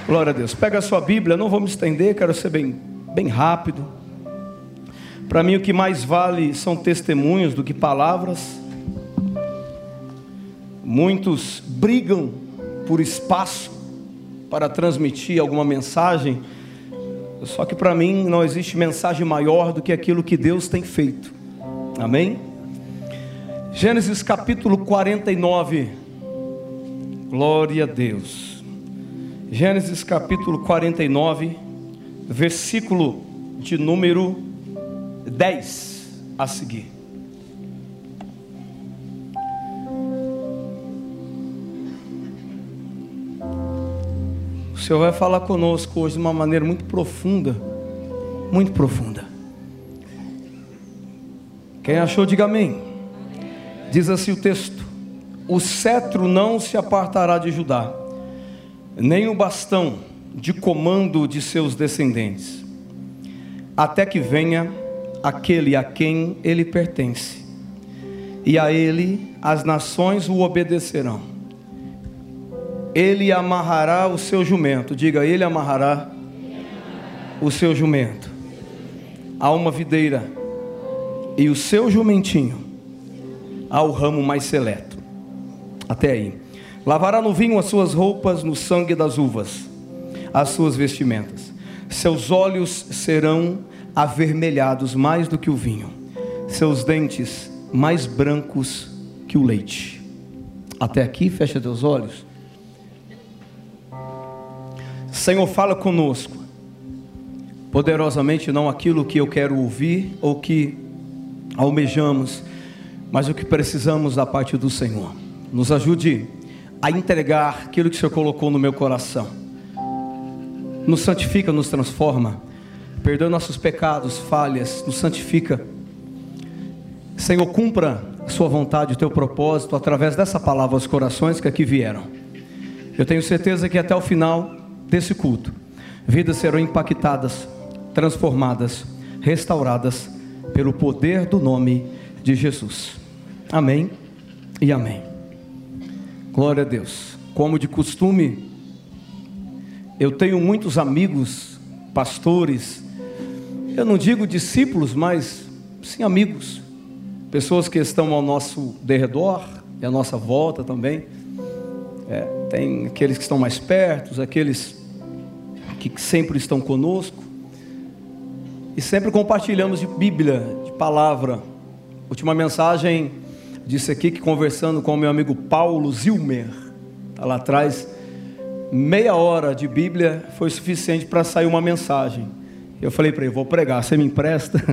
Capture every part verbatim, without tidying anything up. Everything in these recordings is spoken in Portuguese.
Glória a Deus. Pega a sua Bíblia, não vou me estender, quero ser bem, bem rápido. Para mim o que mais vale são testemunhos do que palavras. Muitos brigam por espaço para transmitir alguma mensagem, só que para mim não existe mensagem maior do que aquilo que Deus tem feito. Amém? Gênesis capítulo quarenta e nove. Glória a Deus. Gênesis capítulo quarenta e nove, versículo de número dez a seguir. O Senhor vai falar conosco hoje de uma maneira muito profunda, muito profunda. Quem achou, diga amém. Diz assim o texto: o cetro não se apartará de Judá, nem o bastão de comando de seus descendentes, até que venha aquele a quem ele pertence, e a ele as nações o obedecerão. Ele amarrará o seu jumento. Diga, ele amarrará o seu jumento a uma videira, e o seu jumentinho ao ramo mais seleto. Até aí. Lavará no vinho as suas roupas, no sangue das uvas as suas vestimentas. Seus olhos serão avermelhados mais do que o vinho, seus dentes mais brancos que o leite. Até aqui, fecha teus olhos. Senhor, fala conosco poderosamente, não aquilo que eu quero ouvir ou que almejamos, mas o que precisamos da parte do Senhor. Nos ajude a entregar aquilo que o Senhor colocou no meu coração. Nos santifica, nos transforma, perdoa nossos pecados, falhas, nos santifica. Senhor, cumpra a sua vontade, o teu propósito através dessa palavra aos corações que aqui vieram. Eu tenho certeza que até o final desse culto, vidas serão impactadas, transformadas, restauradas pelo poder do nome de Jesus. Amém e amém. Glória a Deus. Como de costume, eu tenho muitos amigos, pastores, eu não digo discípulos, mas sim amigos, pessoas que estão ao nosso derredor e à nossa volta também. É, tem aqueles que estão mais perto, aqueles que sempre estão conosco, e sempre compartilhamos de Bíblia, de palavra. Última mensagem disse aqui que, conversando com o meu amigo Paulo Zilmer, está lá atrás, meia hora de Bíblia foi suficiente para sair uma mensagem. Eu falei para ele, vou pregar, você me empresta?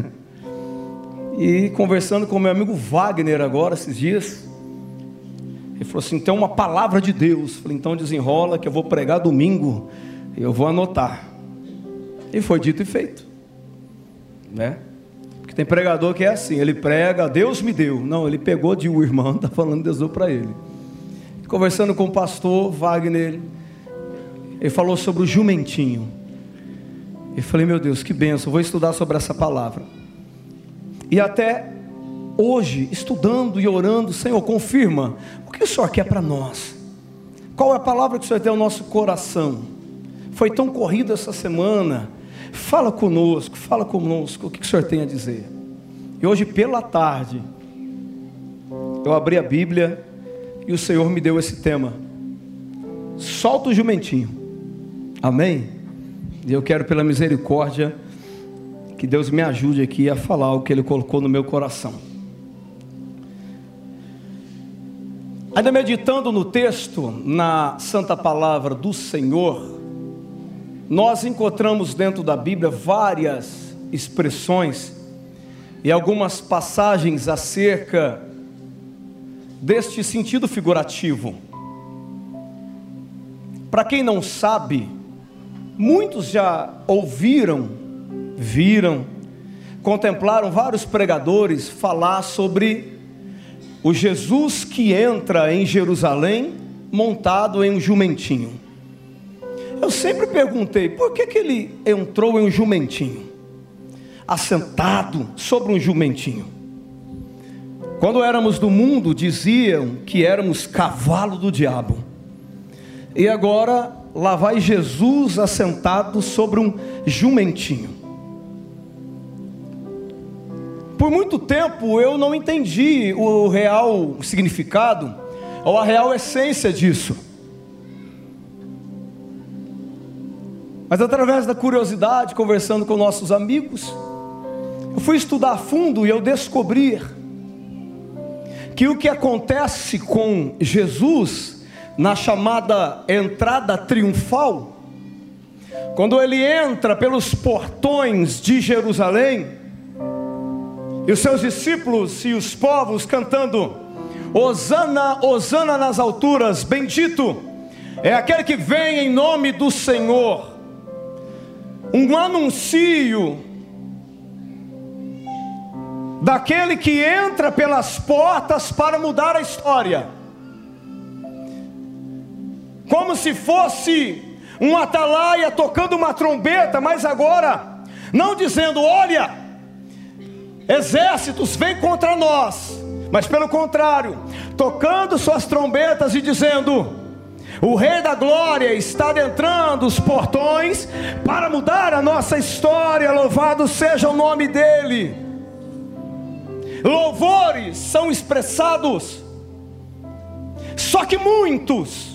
E conversando com o meu amigo Wagner agora, esses dias, ele falou assim, tem uma palavra de Deus. Eu falei, então desenrola que eu vou pregar domingo, eu vou anotar. E foi dito e feito, né? Porque tem pregador que é assim, ele prega, Deus me deu. Não, ele pegou de um irmão, está falando, Deus deu para ele. Conversando com o pastor Wagner, ele falou sobre o jumentinho. Eu falei, meu Deus, que bênção, vou estudar sobre essa palavra. E até hoje, estudando e orando, Senhor, confirma, o que o Senhor quer para nós? Qual é a palavra que o Senhor tem ao nosso coração? Foi tão corrido essa semana. Fala conosco, fala conosco, o que o Senhor tem a dizer? E hoje pela tarde, eu abri a Bíblia e o Senhor me deu esse tema: solta o jumentinho. Amém? E eu quero, pela misericórdia, que Deus me ajude aqui a falar o que Ele colocou no meu coração. Ainda meditando no texto, na santa palavra do Senhor, nós encontramos dentro da Bíblia várias expressões e algumas passagens acerca deste sentido figurativo. Para quem não sabe, muitos já ouviram, viram, contemplaram vários pregadores falar sobre o Jesus que entra em Jerusalém montado em um jumentinho. Eu sempre perguntei, por que que ele entrou em um jumentinho? Assentado sobre um jumentinho. Quando éramos do mundo, diziam que éramos cavalo do diabo. E agora lá vai Jesus assentado sobre um jumentinho. Por muito tempo eu não entendi o real significado ou a real essência disso. Mas através da curiosidade, conversando com nossos amigos, eu fui estudar a fundo e eu descobri que o que acontece com Jesus na chamada entrada triunfal, quando ele entra pelos portões de Jerusalém, e os seus discípulos e os povos cantando Hosana, Hosana nas alturas, bendito é aquele que vem em nome do Senhor. Um anúncio daquele que entra pelas portas para mudar a história, como se fosse um atalaia tocando uma trombeta, mas agora não dizendo, olha, exércitos vêm contra nós, mas pelo contrário, tocando suas trombetas e dizendo, o Rei da Glória está adentrando os portões para mudar a nossa história, louvado seja o nome dele. Louvores são expressados, só que muitos,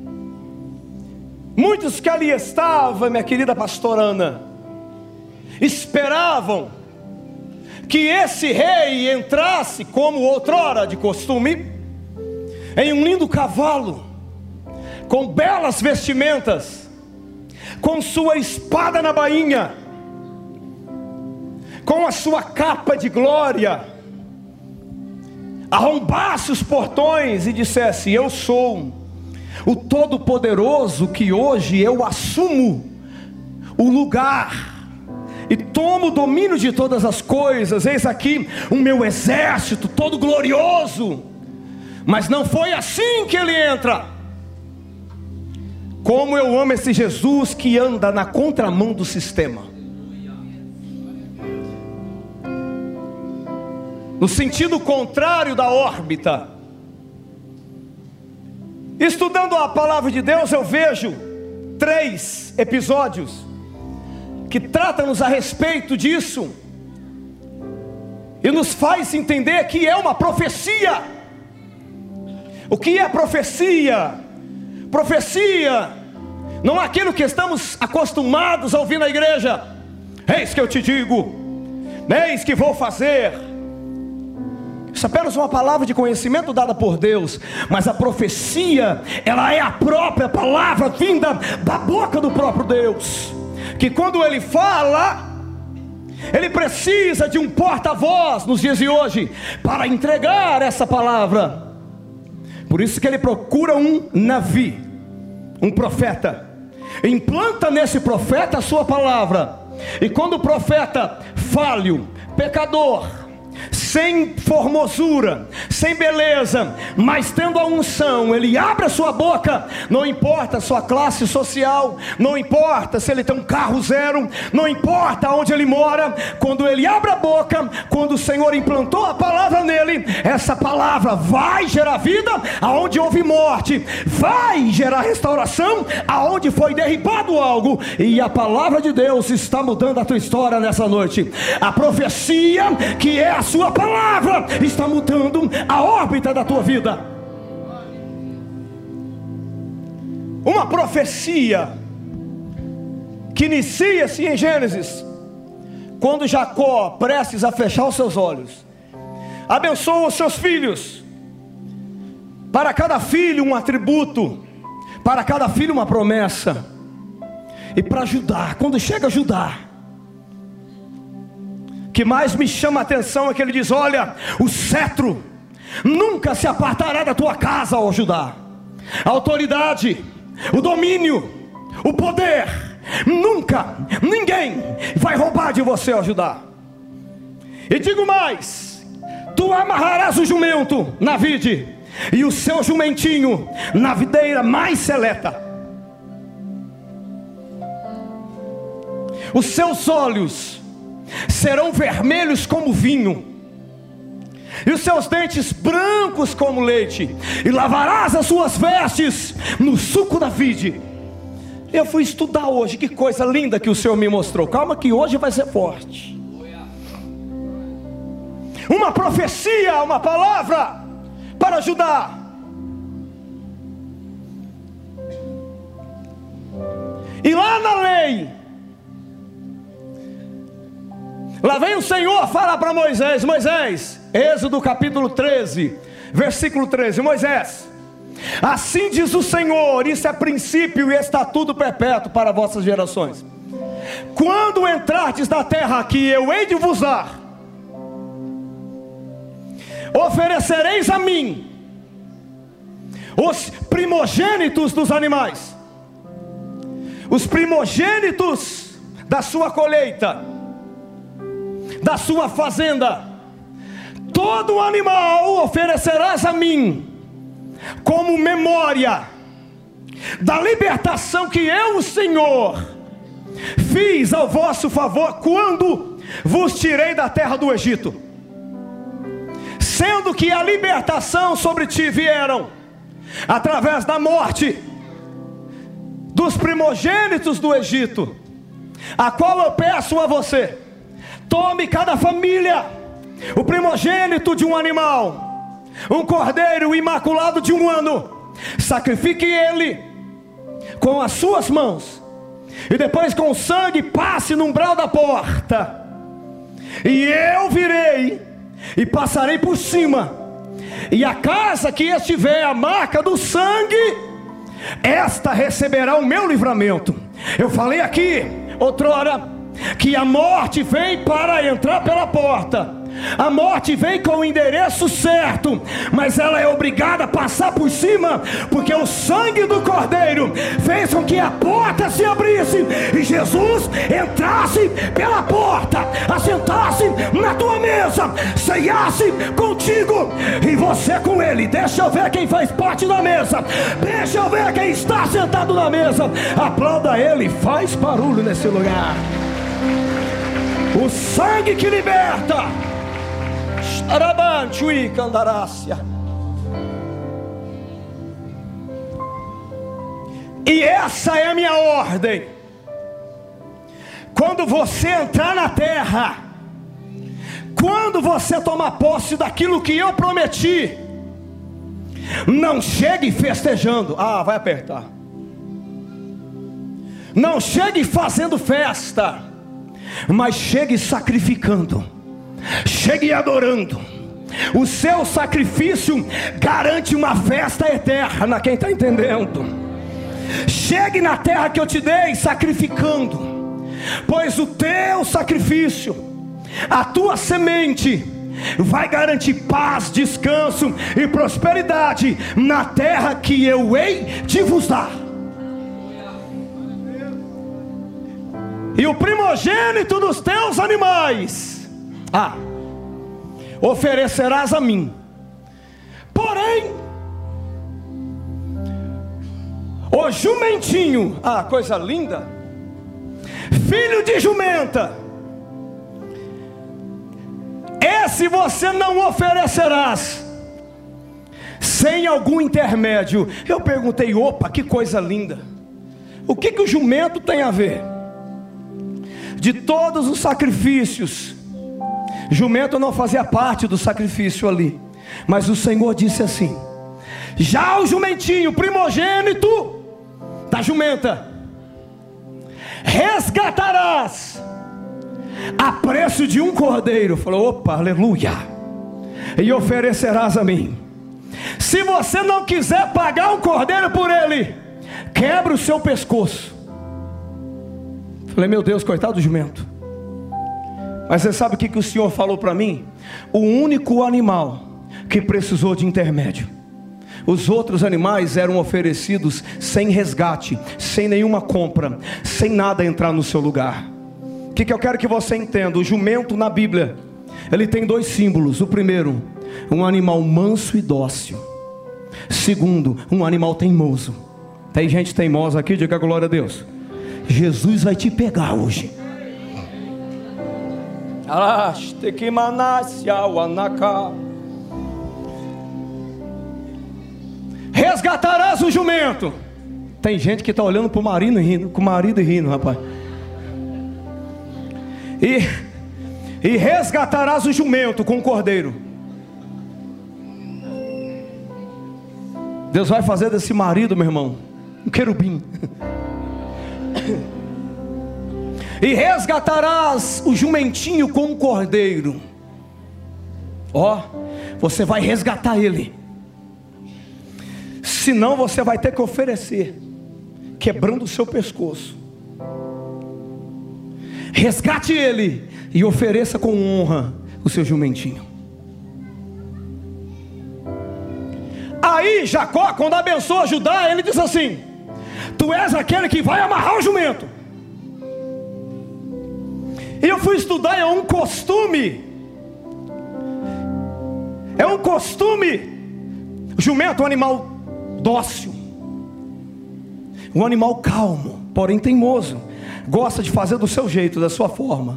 muitos que ali estavam, minha querida pastora Ana, esperavam que esse rei entrasse como outrora de costume, em um lindo cavalo, com belas vestimentas, com sua espada na bainha, com a sua capa de glória, arrombasse os portões e dissesse, eu sou o Todo-Poderoso, que hoje eu assumo o lugar e tomo o domínio de todas as coisas, eis aqui o meu exército todo glorioso. Mas não foi assim que ele entra. Como eu amo esse Jesus que anda na contramão do sistema, no sentido contrário da órbita. Estudando a palavra de Deus, eu vejo três episódios que tratam-nos a respeito disso e nos faz entender que é uma profecia. O que é profecia? Profecia não é aquilo que estamos acostumados a ouvir na igreja. Eis que eu te digo, eis que vou fazer. Isso é apenas uma palavra de conhecimento dada por Deus. Mas a profecia, ela é a própria palavra vinda da boca do próprio Deus, que quando ele fala, ele precisa de um porta-voz nos dias de hoje para entregar essa palavra. Por isso que ele procura um navi, um profeta, implanta nesse profeta a sua palavra. E quando o profeta falho, pecador, sem formosura, sem beleza, mas tendo a unção, ele abre a sua boca, não importa a sua classe social, não importa se ele tem um carro zero, não importa onde ele mora, quando ele abre a boca, quando o Senhor implantou a palavra nele, essa palavra vai gerar vida aonde houve morte, vai gerar restauração aonde foi derribado algo, e a palavra de Deus está mudando a tua história nessa noite. A profecia, que é a sua palavra, está mudando a órbita da tua vida. Uma profecia que inicia-se em Gênesis, quando Jacó, prestes a fechar os seus olhos, abençoa os seus filhos. Para cada filho um atributo, para cada filho uma promessa. E para Judá, quando chega Judá, que mais me chama a atenção é que ele diz, olha, o cetro nunca se apartará da tua casa, ó Judá. A autoridade, o domínio, o poder, nunca, ninguém vai roubar de você, ó Judá. E digo mais, tu amarrarás o jumento na vide, e o seu jumentinho na videira mais seleta. Os seus olhos serão vermelhos como vinho, e os seus dentes brancos como leite, e lavarás as suas vestes no suco da vide. Eu fui estudar hoje, que coisa linda que o Senhor me mostrou. Calma que hoje vai ser forte. Uma profecia, uma palavra para ajudar. E lá na lei, lá vem o Senhor falar para Moisés: Moisés, Êxodo capítulo treze, versículo treze, Moisés, assim diz o Senhor, isso é princípio e estatuto perpétuo para vossas gerações. Quando entrardes na terra que eu hei de vos dar, oferecereis a mim os primogênitos dos animais, os primogênitos da sua colheita, da sua fazenda. Todo animal oferecerás a mim, como memória da libertação que eu, o Senhor, fiz ao vosso favor, quando vos tirei da terra do Egito. Sendo que a libertação sobre ti vieram através da morte dos primogênitos do Egito, a qual eu peço a você: tome cada família o primogênito de um animal, um cordeiro imaculado de um ano, sacrifique ele com as suas mãos, e depois com o sangue passe no umbral da porta, e eu virei e passarei por cima, e a casa que estiver a marca do sangue, esta receberá o meu livramento. Eu falei aqui outrora que a morte vem para entrar pela porta, a morte vem com o endereço certo, mas ela é obrigada a passar por cima, porque o sangue do Cordeiro fez com que a porta se abrisse e Jesus entrasse pela porta, assentasse na tua mesa, ceiasse contigo e você com ele. Deixa eu ver quem faz parte da mesa, deixa eu ver quem está sentado na mesa. Aplauda ele, faz barulho nesse lugar. O sangue que liberta. E essa é a minha ordem: quando você entrar na terra, quando você tomar posse daquilo que eu prometi, não chegue festejando. Ah, vai apertar. Não chegue fazendo festa, mas chegue sacrificando, chegue adorando. O seu sacrifício garante uma festa eterna. Quem está entendendo? Chegue na terra que eu te dei sacrificando, pois o teu sacrifício, a tua semente, vai garantir paz, descanso e prosperidade na terra que eu hei de vos dar. E o primogênito dos teus animais, ah, oferecerás a mim. Porém, o jumentinho, ah, coisa linda, filho de jumenta, esse você não oferecerás sem algum intermédio. Eu perguntei: opa, que coisa linda, o que que o jumento tem a ver? De todos os sacrifícios, jumento não fazia parte do sacrifício ali, mas o Senhor disse assim: já o jumentinho, primogênito da jumenta, resgatarás a preço de um cordeiro. Falou: opa, aleluia. E oferecerás a mim. Se você não quiser pagar um cordeiro por ele, quebra o seu pescoço. Falei: meu Deus, coitado do jumento. Mas você sabe o que, que o Senhor falou para mim? O único animal que precisou de intermédio. Os outros animais eram oferecidos sem resgate, sem nenhuma compra, sem nada entrar no seu lugar. O que, que eu quero que você entenda? O jumento na Bíblia, ele tem dois símbolos. O primeiro, um animal manso e dócil. Segundo, um animal teimoso. Tem gente teimosa aqui? Diga glória a Deus. Jesus vai te pegar hoje. Resgatarás o jumento. Tem gente que está olhando para o marido e rindo, com o marido e rindo, rapaz. E, e resgatarás o jumento com o cordeiro. Deus vai fazer desse marido, meu irmão, um querubim. E resgatarás o jumentinho com o cordeiro. Ó, você vai resgatar ele. Senão você vai ter que oferecer, quebrando o seu pescoço. Resgate ele e ofereça com honra o seu jumentinho. Aí Jacó, quando abençoa Judá, ele diz assim: tu és aquele que vai amarrar o jumento. E eu fui estudar, é um costume. É um costume. O jumento é um animal dócil, um animal calmo, porém teimoso. Gosta de fazer do seu jeito, da sua forma.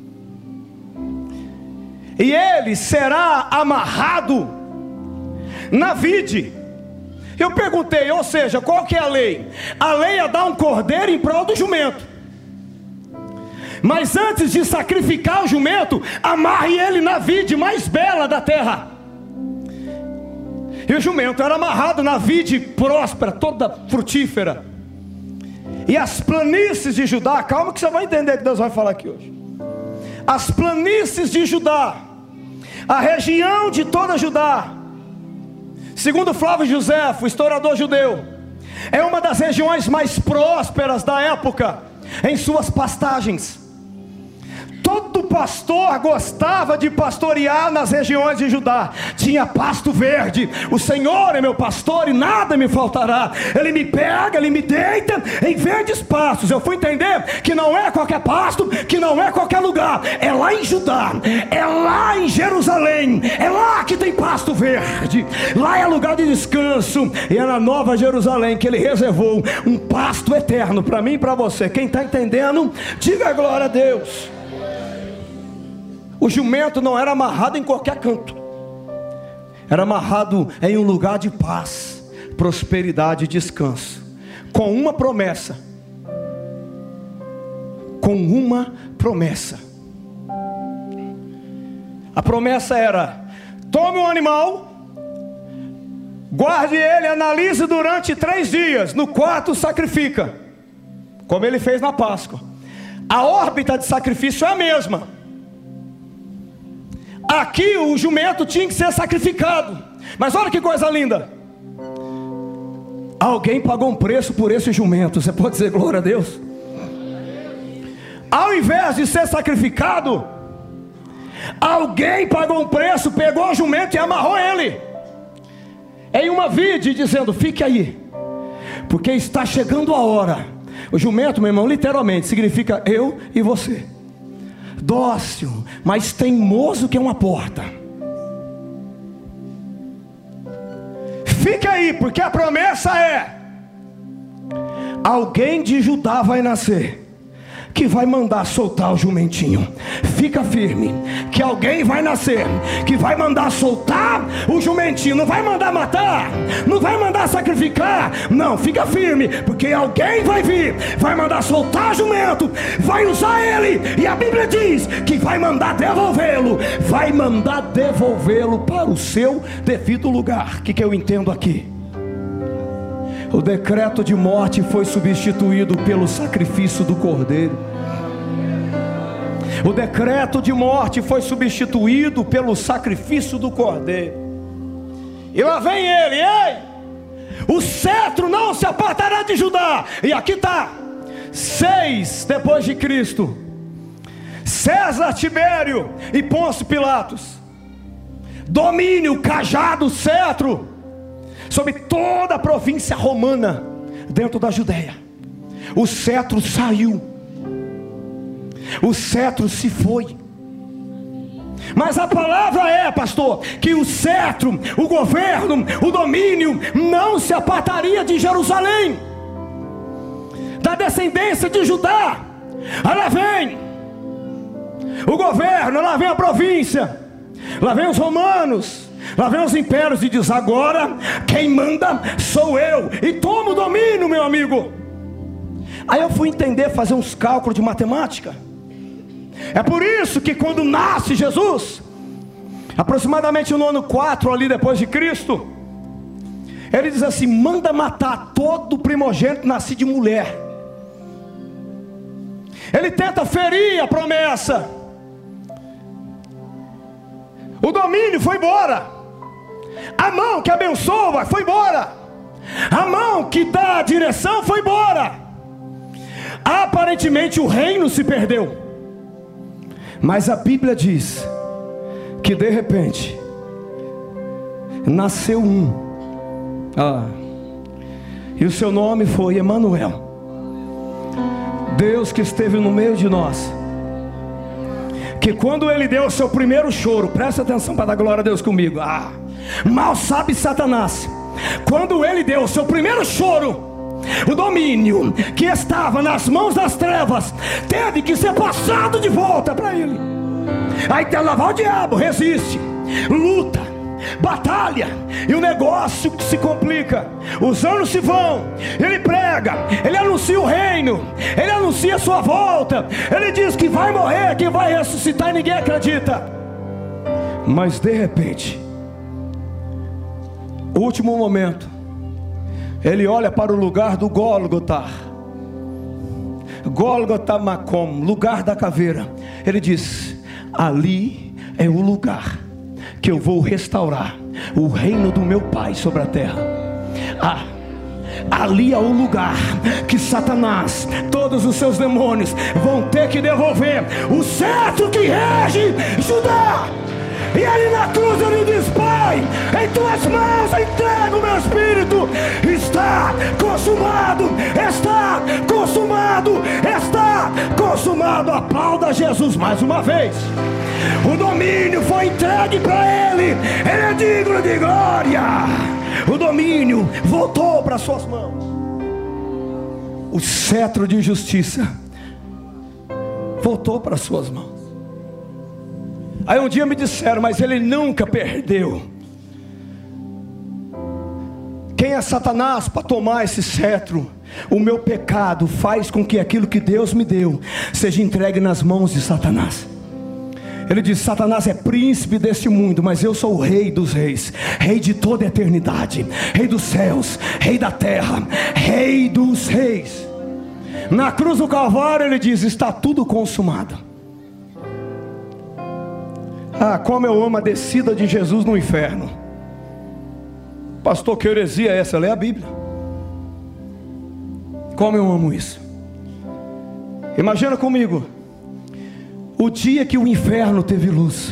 E ele será amarrado na vide. Eu perguntei, ou seja, qual que é a lei? A lei é dar um cordeiro em prol do jumento. Mas antes de sacrificar o jumento, amarre ele na vide mais bela da terra. E o jumento era amarrado na vide próspera, toda frutífera. E as planícies de Judá, calma que você vai entender o que Deus vai falar aqui hoje. As planícies de Judá, a região de toda Judá, segundo Flávio Josefo, historiador judeu, é uma das regiões mais prósperas da época, em suas pastagens. Todo pastor gostava de pastorear nas regiões de Judá. Tinha pasto verde. O Senhor é meu pastor e nada me faltará. Ele me pega, Ele me deita em verdes pastos. Eu fui entender que não é qualquer pasto, que não é qualquer lugar. É lá em Judá, é lá em Jerusalém, é lá que tem pasto verde. Lá é lugar de descanso. E é na Nova Jerusalém que Ele reservou um pasto eterno para mim e para você. Quem está entendendo, diga glória a Deus. O jumento não era amarrado em qualquer canto. Era amarrado em um lugar de paz, prosperidade e descanso. Com uma promessa. Com uma promessa. A promessa era: tome um animal, guarde ele, analise durante três dias. No quarto sacrifica, como ele fez na Páscoa. A órbita de sacrifício é a mesma. Aqui o jumento tinha que ser sacrificado. Mas olha que coisa linda. Alguém pagou um preço por esse jumento. Você pode dizer glória a Deus? Ao invés de ser sacrificado, alguém pagou um preço, pegou o jumento e amarrou ele em uma vide, dizendo: fique aí, porque está chegando a hora. O jumento, meu irmão, literalmente significa eu e você. Dócil, mas teimoso que é uma porta. Fique aí, porque a promessa é: alguém de Judá vai nascer, que vai mandar soltar o jumentinho. Fica firme, que alguém vai nascer, que vai mandar soltar o jumentinho. Não vai mandar matar, não vai mandar sacrificar. Não, fica firme, porque alguém vai vir, vai mandar soltar o jumento, vai usar ele. E a Bíblia diz que vai mandar devolvê-lo, vai mandar devolvê-lo para o seu devido lugar. O que, que eu entendo aqui? O decreto de morte foi substituído pelo sacrifício do cordeiro. O decreto de morte foi substituído pelo sacrifício do cordeiro. E lá vem ele: ei, o cetro não se apartará de Judá. E aqui está, seis depois de Cristo, César, Tibério e Pôncio Pilatos. Domínio, cajado, cetro sobre toda a província romana dentro da Judéia. O cetro saiu, o cetro se foi. Mas a palavra é, pastor, que o cetro, o governo, o domínio não se apartaria de Jerusalém, da descendência de Judá. Lá vem o governo, lá vem a província, lá vem os romanos, Lá vem os impérios e diz: agora quem manda sou eu, e toma o domínio, meu amigo. Aí eu fui entender, fazer uns cálculos de matemática. É por isso que quando nasce Jesus, aproximadamente no ano quatro ali depois de Cristo, ele diz assim: manda matar todo primogênito nascido de mulher. Ele tenta ferir a promessa. O domínio foi embora. A mão que abençoa foi embora. A mão que dá a direção foi embora. Aparentemente o reino se perdeu. Mas a Bíblia diz que de repente nasceu um, ah, e o seu nome foi Emanuel, Deus que esteve no meio de nós. Que quando ele deu o seu primeiro choro, presta atenção para dar glória a Deus comigo. Ah, mal sabe Satanás, quando ele deu o seu primeiro choro, o domínio que estava nas mãos das trevas teve que ser passado de volta para ele. Aí tem lavar o diabo, resiste, luta, batalha, e o negócio se complica. Os anos se vão, ele prega, ele anuncia o reino, ele anuncia a sua volta, ele diz que vai morrer, que vai ressuscitar, e ninguém acredita. Mas de repente, último momento, ele olha para o lugar do Gólgota, Gólgota Macom, lugar da caveira. Ele diz: ali é o lugar que eu vou restaurar o reino do meu Pai sobre a terra. Ah, ali é o lugar que Satanás, todos os seus demônios vão ter que devolver o cetro que rege Judá. E ali na cruz ele diz: Pai, em tuas mãos entrego o meu espírito. Está consumado, está consumado, está consumado. Aplauda Jesus mais uma vez. O domínio foi entregue para ele. Ele é digno de glória. O domínio voltou para suas mãos. O cetro de justiça voltou para suas mãos. Aí um dia me disseram: mas ele nunca perdeu. Quem é Satanás para tomar esse cetro? O meu pecado faz com que aquilo que Deus me deu seja entregue nas mãos de Satanás. Ele diz: Satanás é príncipe deste mundo, mas eu sou o rei dos reis, rei de toda a eternidade, rei dos céus, rei da terra, rei dos reis. Na cruz do Calvário ele diz: está tudo consumado. Ah, como eu amo a descida de Jesus no inferno. Pastor, que heresia é essa? Lê a Bíblia. Como eu amo isso. Imagina comigo o dia que o inferno teve luz.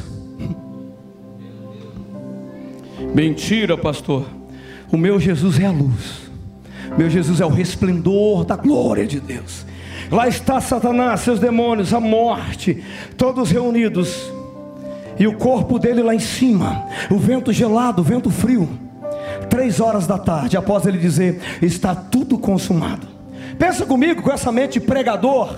Mentira, pastor. O meu Jesus é a luz. Meu Jesus é o resplendor da glória de Deus. Lá está Satanás, seus demônios, a morte, todos reunidos. E o corpo dele lá em cima, o vento gelado, o vento frio. Três horas da tarde, após ele dizer: está tudo consumado. Pensa comigo com essa mente de pregador.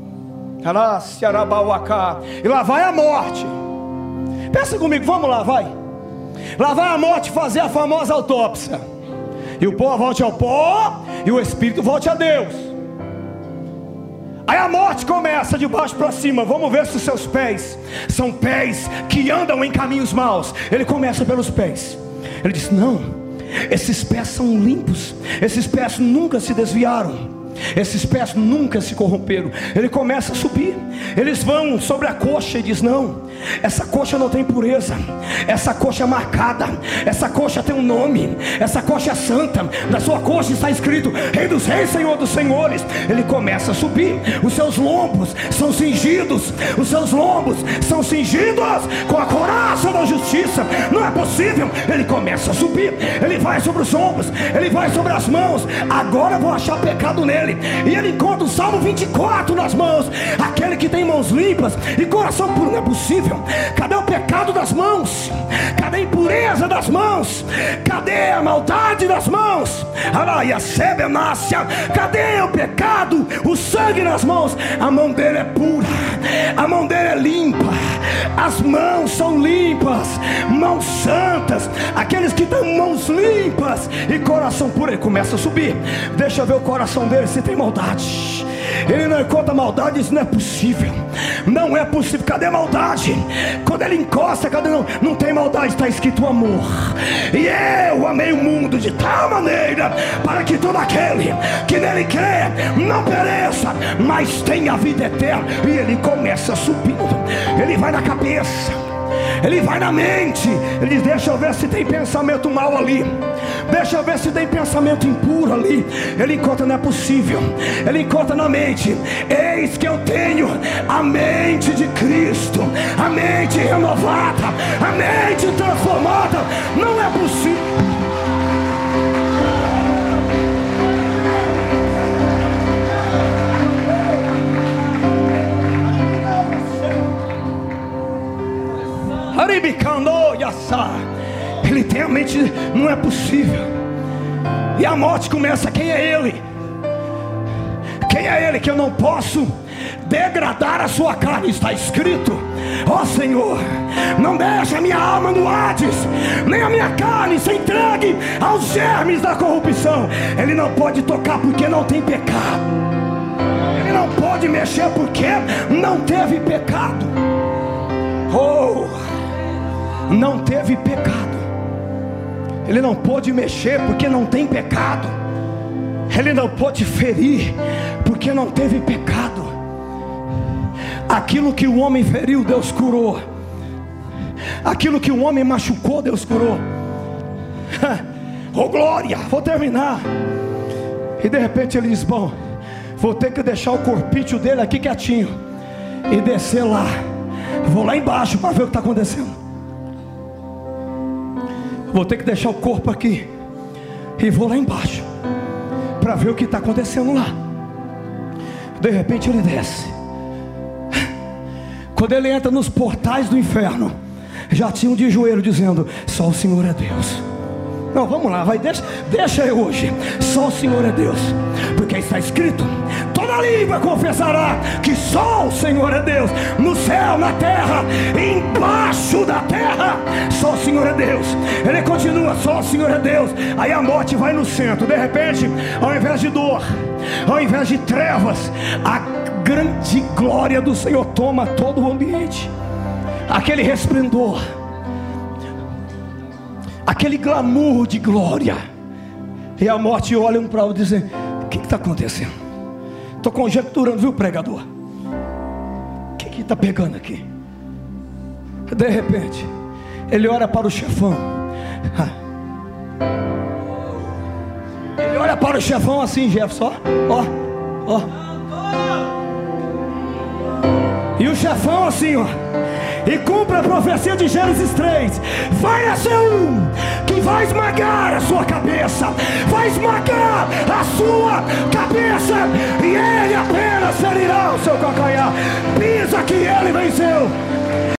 E lá vai a morte. Pensa comigo, vamos lá, vai. Lá vai a morte fazer a famosa autópsia. E o pó volte ao pó, e o espírito volte a Deus. Aí a morte começa de baixo para cima. Vamos ver se os seus pés são pés que andam em caminhos maus. Ele começa pelos pés. Ele diz: não, esses pés são limpos. Esses pés nunca se desviaram. Esses pés nunca se corromperam. Ele começa a subir. Eles vão sobre a coxa e diz: não, essa coxa não tem pureza. Essa coxa é marcada. Essa coxa tem um nome. Essa coxa é santa. Na sua coxa está escrito: Rei dos Reis, Senhor dos Senhores. Ele começa a subir. Os seus lombos são cingidos. Os seus lombos são cingidos com a couraça da justiça. Não é possível. Ele começa a subir. Ele vai sobre os ombros. Ele vai sobre as mãos. Agora eu vou achar pecado nele. dele, e ele encontra o Salmo vinte e quatro nas mãos. Aquele que tem mãos limpas e coração puro. Não é possível. Cadê o pecado das mãos? Cadê a impureza das mãos? Cadê a maldade das mãos? Cadê o pecado? O sangue nas mãos. A mão dele é pura, a mão dele é limpa, as mãos são limpas, mãos santas. Aqueles que têm mãos limpas e coração puro. Ele começa a subir. Deixa eu ver o coração dele se tem maldade. Ele não encontra maldade. Isso não é possível. Não é possível. Cadê a maldade? Quando ele encosta, cadê? Não, não tem maldade. Está escrito amor. E eu amei o mundo de tal maneira para que todo aquele que nele crê não pereça, mas tenha a vida eterna. E ele começa subindo. Ele vai na cabeça, ele vai na mente. Ele diz: deixa eu ver se tem pensamento mau ali, deixa eu ver se tem pensamento impuro ali. Ele encontra, não é possível. Ele encontra na mente. Eis que eu tenho a mente de Cristo, a mente renovada, a mente transformada. Não é possível. Ele tem a mente, não é possível. E a morte começa. Quem é ele? Quem é ele que eu não posso degradar a sua carne? Está escrito: ó Senhor, não deixe a minha alma no Hades, nem a minha carne se entregue aos germes da corrupção. Ele não pode tocar porque não tem pecado. Ele não pode mexer porque não teve pecado. Oh, não teve pecado. Ele não pode mexer porque não tem pecado. Ele não pode ferir porque não teve pecado. Aquilo que o homem feriu, Deus curou. Aquilo que o homem machucou, Deus curou. Oh glória, vou terminar. E de repente ele diz: bom, vou ter que deixar o corpício dele aqui quietinho e descer lá. Vou lá embaixo para ver o que está acontecendo. Vou ter que deixar o corpo aqui e vou lá embaixo para ver o que está acontecendo lá. De repente ele desce. Quando ele entra nos portais do inferno, já tinha um de joelho dizendo: só o Senhor é Deus. Não, vamos lá, vai, deixa, deixa eu hoje. Só o Senhor é Deus, porque está escrito: toda língua confessará que só o Senhor é Deus, no céu, na terra, embaixo da terra. Só o Senhor é Deus. Ele continua: só o Senhor é Deus. Aí a morte vai no centro. De repente, ao invés de dor, ao invés de trevas, a grande glória do Senhor toma todo o ambiente. Aquele resplendor, aquele glamour de glória. E a morte olha um para o outro e diz: o que está acontecendo? Estou conjecturando, viu, pregador? O que está pegando aqui? De repente ele olha para o chefão. Ele olha para o chefão assim, Jefferson, ó, ó. E o chefão assim, ó. E cumpre a profecia de Gênesis três. Vai nascer um que vai esmagar a sua cabeça, vai esmagar a sua cabeça, e ele apenas ferirá o seu calcanhar. Pisa que ele venceu.